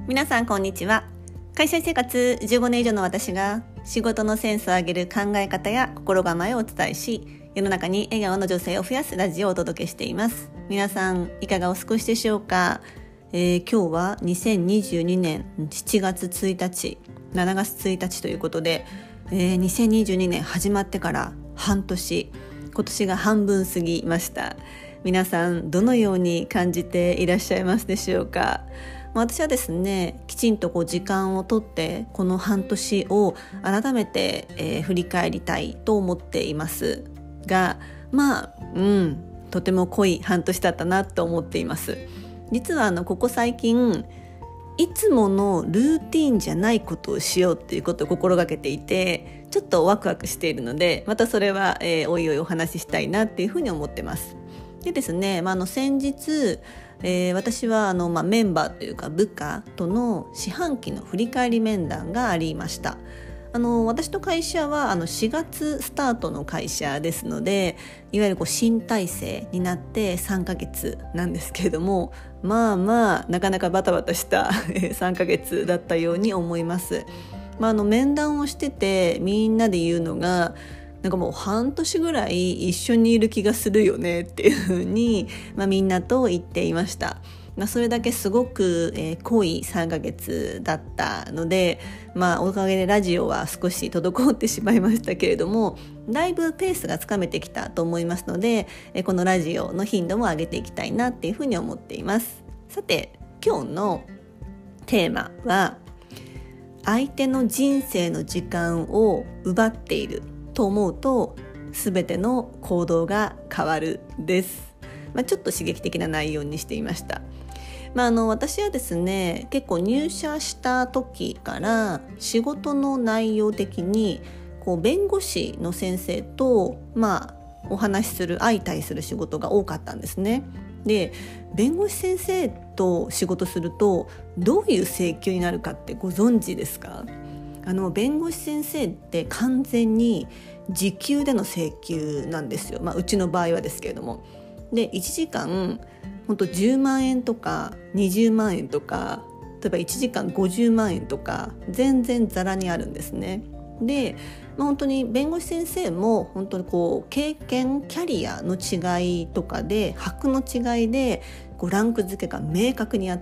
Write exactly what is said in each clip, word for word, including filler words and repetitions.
皆さんこんにちは。会社生活じゅうごねん以上の私が仕事のセンスを上げる考え方や心構えをお伝えし、世の中に笑顔の女性を増やすラジオをお届けしています。皆さんいかがお過ごしでしょうか。えー、今日はにせんにじゅうにねんしちがつついたち、しちがつついたちということで、えー、にせんにじゅうにねん始まってから半年、今年が半分過ぎました。皆さんどのように感じていらっしゃいますでしょうか。私はですね、きちんとこう時間をとってこの半年を改めて、えー、振り返りたいと思っていますが、まあうんとても濃い半年だったなと思っています。実はあのここ最近いつものルーティンじゃないことをしようっていうことを心がけていて、ちょっとワクワクしているので、またそれは、えー、おいおいお話ししたいなっていうふうに思ってます。でですね、まあ、あの先日、えー、私はあの、まあ、メンバーというか部下との四半期の振り返り面談がありました。あの私の会社はあのしがつスタートの会社ですので、いわゆるこう新体制になってさんかげつなんですけれども、まあまあなかなかバタバタしたさんかげつだったように思います。まあ、あの面談をしててみんなで言うのが、なんかもう半年ぐらい一緒にいる気がするよねっていうふうに、まあ、みんなと言っていました。まあ、それだけすごく、えー、濃いさんかげつだったので、まあ、おかげでラジオは少し滞ってしまいましたけれども、だいぶペースがつかめてきたと思いますので、えー、このラジオの頻度も上げていきたいなっていうふうに思っています。さて、今日のテーマは、相手の人生の時間を奪っていると思うと全ての行動が変わるです。まあ、ちょっと刺激的な内容にしていました。まあ、あの私はですね、結構入社した時から仕事の内容的にこう弁護士の先生と、まあ、お話しする相対する仕事が多かったんですね。で、弁護士先生と仕事するとどういう請求になるかってご存知ですか？あの弁護士先生って完全に時給での請求なんですよ。まあ、うちの場合はですけれども、でいちじかん本当じゅうまんえんとかにじゅうまんえんとか、例えばいちじかんごじゅうまんえんとか全然ざらにあるんですね。で、まあ、本当に弁護士先生も本当にこう経験キャリアの違いとかで箔の違いでこうランク付けが明確にあって、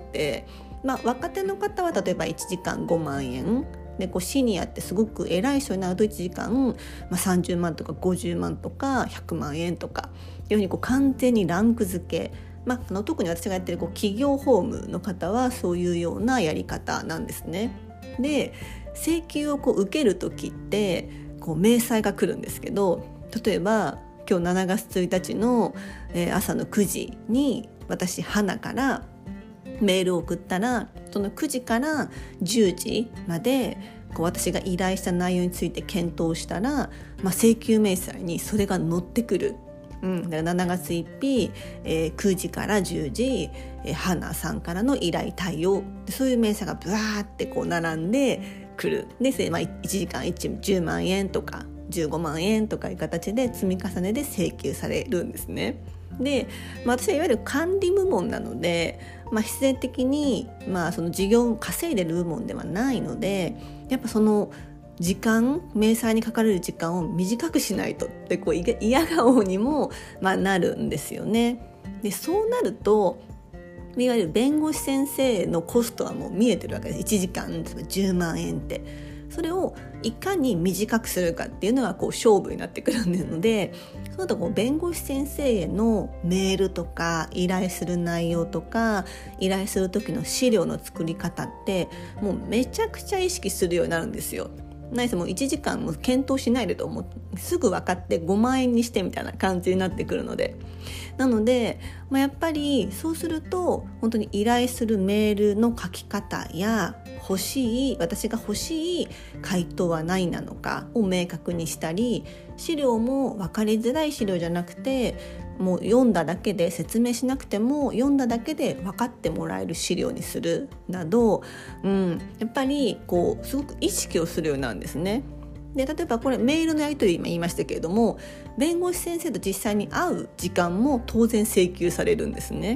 まあ、若手の方は例えばいちじかんごまんえんで、こうシニアってすごく偉い人になるといちじかん、まあ、さんじゅうまんとかごじゅうまんとかひゃくまんえんとかいうふうにこう完全にランク付け、まあ、あの特に私がやってるこう企業法務の方はそういうようなやり方なんですね。で、請求をこう受ける時ってこう明細が来るんですけど、例えば今日しちがつついたちの、えー、朝のくじに私花からメールを送ったら、そのくじからじゅうじまでこう私が依頼した内容について検討したら、まあ、請求明細にそれが載ってくる。うん、だからしちがつついたち、えー、くじからじゅうじ、えー、花さんからの依頼対応、そういう明細がブワーってこう並んでくる。で、まあ、いちじかんじゅうまんえんとかじゅうごまんえんとかいう形で積み重ねで請求されるんですね。で、まあ、私はいわゆる管理部門なので、まあ、必然的に、まあ、その事業を稼いでる部門ではないので、やっぱその時間、明細にかかれる時間を短くしないとってこう嫌顔にも、まあ、なるんですよね。で、そうなるといわゆる弁護士先生のコストはもう見えてるわけです。いちじかんじゅうまんえんって、それをいかに短くするかっていうのがこう勝負になってくるので、その後こう弁護士先生へのメールとか依頼する内容とか依頼する時の資料の作り方ってもうめちゃくちゃ意識するようになるんですよ。何せもういちじかんも検討しないでと思ってすぐ分かってごまんえんにしてみたいな感じになってくるので、なので、まあ、やっぱりそうすると本当に依頼するメールの書き方や欲しい私が欲しい回答は何なのかを明確にしたり、資料も分かりづらい資料じゃなくてもう読んだだけで説明しなくても読んだだけで分かってもらえる資料にするなど、うん、やっぱりこうすごく意識をするようなんですね。で、例えばこれメールのやり取り今言いましたけれども、弁護士先生と実際に会う時間も当然請求されるんですね。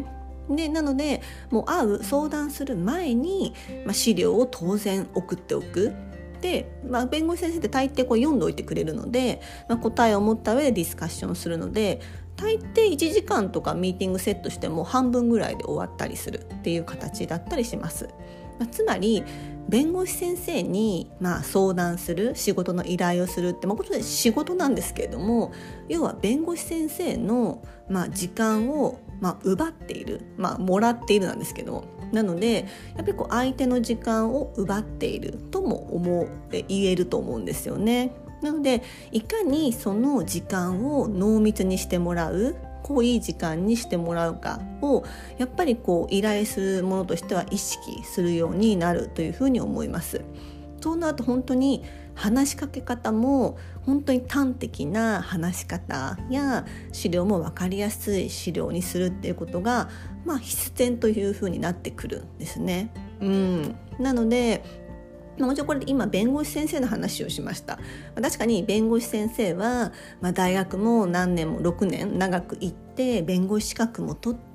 でなのでもう会う相談する前に、まあ、資料を当然送っておく。で、まあ、弁護士先生って大抵こう読んでおいてくれるので、まあ、答えを持った上でディスカッションするので、大抵いちじかんとかミーティングセットしても半分ぐらいで終わったりするっていう形だったりします。まあ、つまり弁護士先生にまあ相談する、仕事の依頼をするって、まあ、これ仕事なんですけれども、要は弁護士先生のまあ時間をまあ奪っている、まあ、もらっているなんですけど、なのでやっぱりこう相手の時間を奪っているとも思う言えると思うんですよね。なのでいかにその時間を濃密にしてもらう、こういい時間にしてもらうかをやっぱりこう依頼するものとしては意識するようになるというふうに思います。そうなると本当に話しかけ方も本当に端的な話し方や資料も分かりやすい資料にするっていうことが、まあ、必然というふうになってくるんですね。うん、なのでもちろんこれ今弁護士先生の話をしました。確かに弁護士先生は、まあ、大学も何年もろくねん長く行って弁護士資格も取って、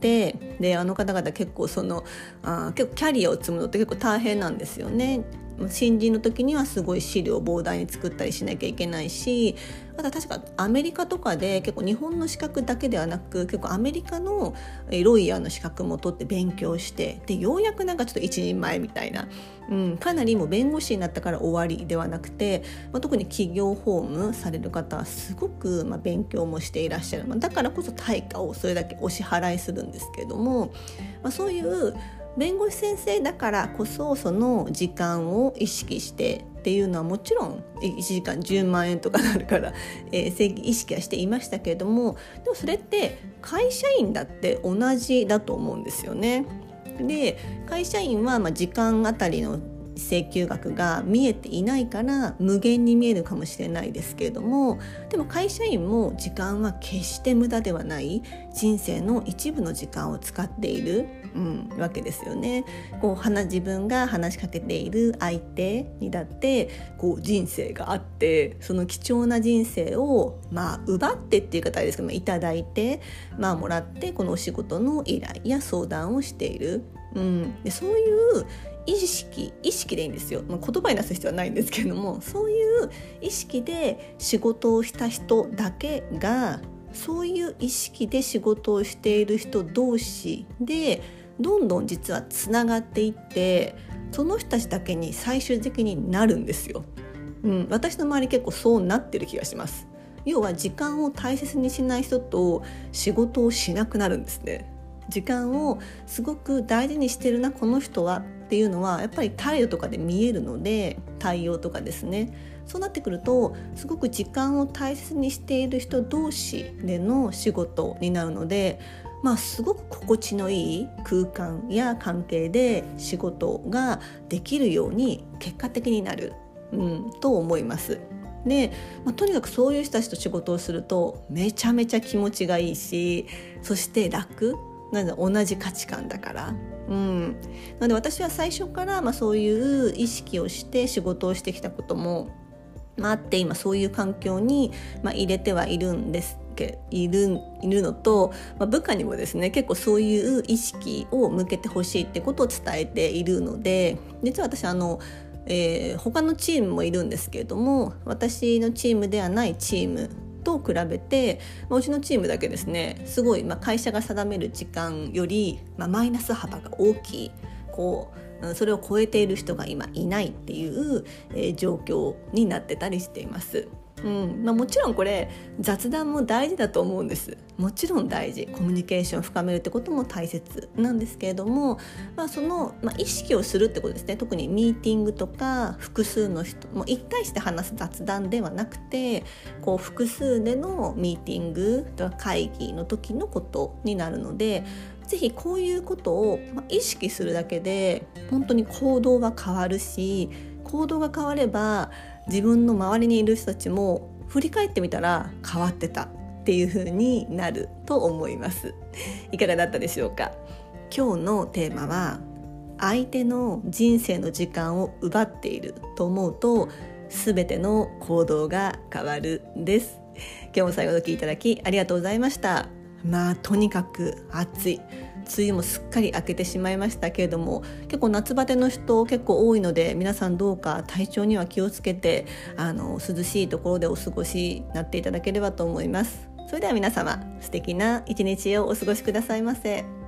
であの方々結構そのあ結構キャリアを積むのって結構大変なんですよね。新人の時にはすごい資料を膨大に作ったりしなきゃいけないし、あとは確かアメリカとかで結構日本の資格だけではなく結構アメリカのロイヤーの資格も取って勉強して、でようやくなんかちょっと一人前みたいな、うん、かなりもう弁護士になったから終わりではなくて、まあ、特に企業法務される方はすごくまあ勉強もしていらっしゃる、まあ、だからこそ対価をそれだけお支払いするんですけれども、まあ、そういう弁護士先生だからこそその時間を意識してっていうのはもちろんいちじかんじゅうまんえんとかなるから、えー、正規意識はしていましたけれども、でもそれって会社員だって同じだと思うんですよね。で会社員はまあ時間あたりの請求額が見えていないから無限に見えるかもしれないですけれども、でも会社員も時間は決して無駄ではない、人生の一部の時間を使っている、うん、わけですよね。こう自分が話しかけている相手にだってこう人生があって、その貴重な人生をまあ奪ってっていう方ですけど、まあ、いただいて、まあ、もらってこのお仕事の依頼や相談をしている、うん、でそういう意識意識でいいんですよ、まあ、言葉に出す必要はないんですけれども、そういう意識で仕事をした人だけが、そういう意識で仕事をしている人同士でどんどん実はつながっていって、その人たちだけに最終的になるんですよ、うん、私の周り結構そうなってる気がします。要は時間を大切にしない人と仕事をしなくなるんですね。時間をすごく大事にしてるなこの人はっていうのはやっぱり態度とかで見えるので、対応とかですね。そうなってくるとすごく時間を大切にしている人同士での仕事になるので、まあ、すごく心地のいい空間や関係で仕事ができるように結果的になる、うん、と思います。で、まあ、とにかくそういう人たちと仕事をするとめちゃめちゃ気持ちがいいし、そして楽なんで同じ価値観だから、うん、なので私は最初からまあそういう意識をして仕事をしてきたことも、まあ、あって今そういう環境にまあ入れてはいるんですけいるいるのと、まあ、部下にもですね結構そういう意識を向けてほしいってことを伝えているので、実は私あのえー、他のチームもいるんですけれども、私のチームではないチームと比べて、まあ、うちのチームだけですねすごい、まあ、会社が定める時間より、まあ、マイナス幅が大きい、こうそれを超えている人が今いないっていう、えー、状況になってたりしています。うんまあ、もちろんこれ雑談も大事だと思うんです。もちろん大事、コミュニケーションを深めるってことも大切なんですけれども、まあ、その、まあ、意識をするってことですね。特にミーティングとか複数の人もう一対して話す雑談ではなくて、こう複数でのミーティングとか会議の時のことになるので、ぜひこういうことを意識するだけで本当に行動が変わるし、行動が変われば自分の周りにいる人たちも振り返ってみたら変わってたっていう風になると思います。いかがだったでしょうか。今日のテーマは相手の人生の時間を奪っていると思うと全ての行動が変わるです。今日も最後まで聞いていただきありがとうございました。 まあとにかく暑い。梅雨もすっかり明けてしまいましたけれども、結構夏バテの人結構多いので、皆さんどうか体調には気をつけて、あの涼しいところでお過ごしになっていただければと思います。それでは皆様、素敵な一日をお過ごしくださいませ。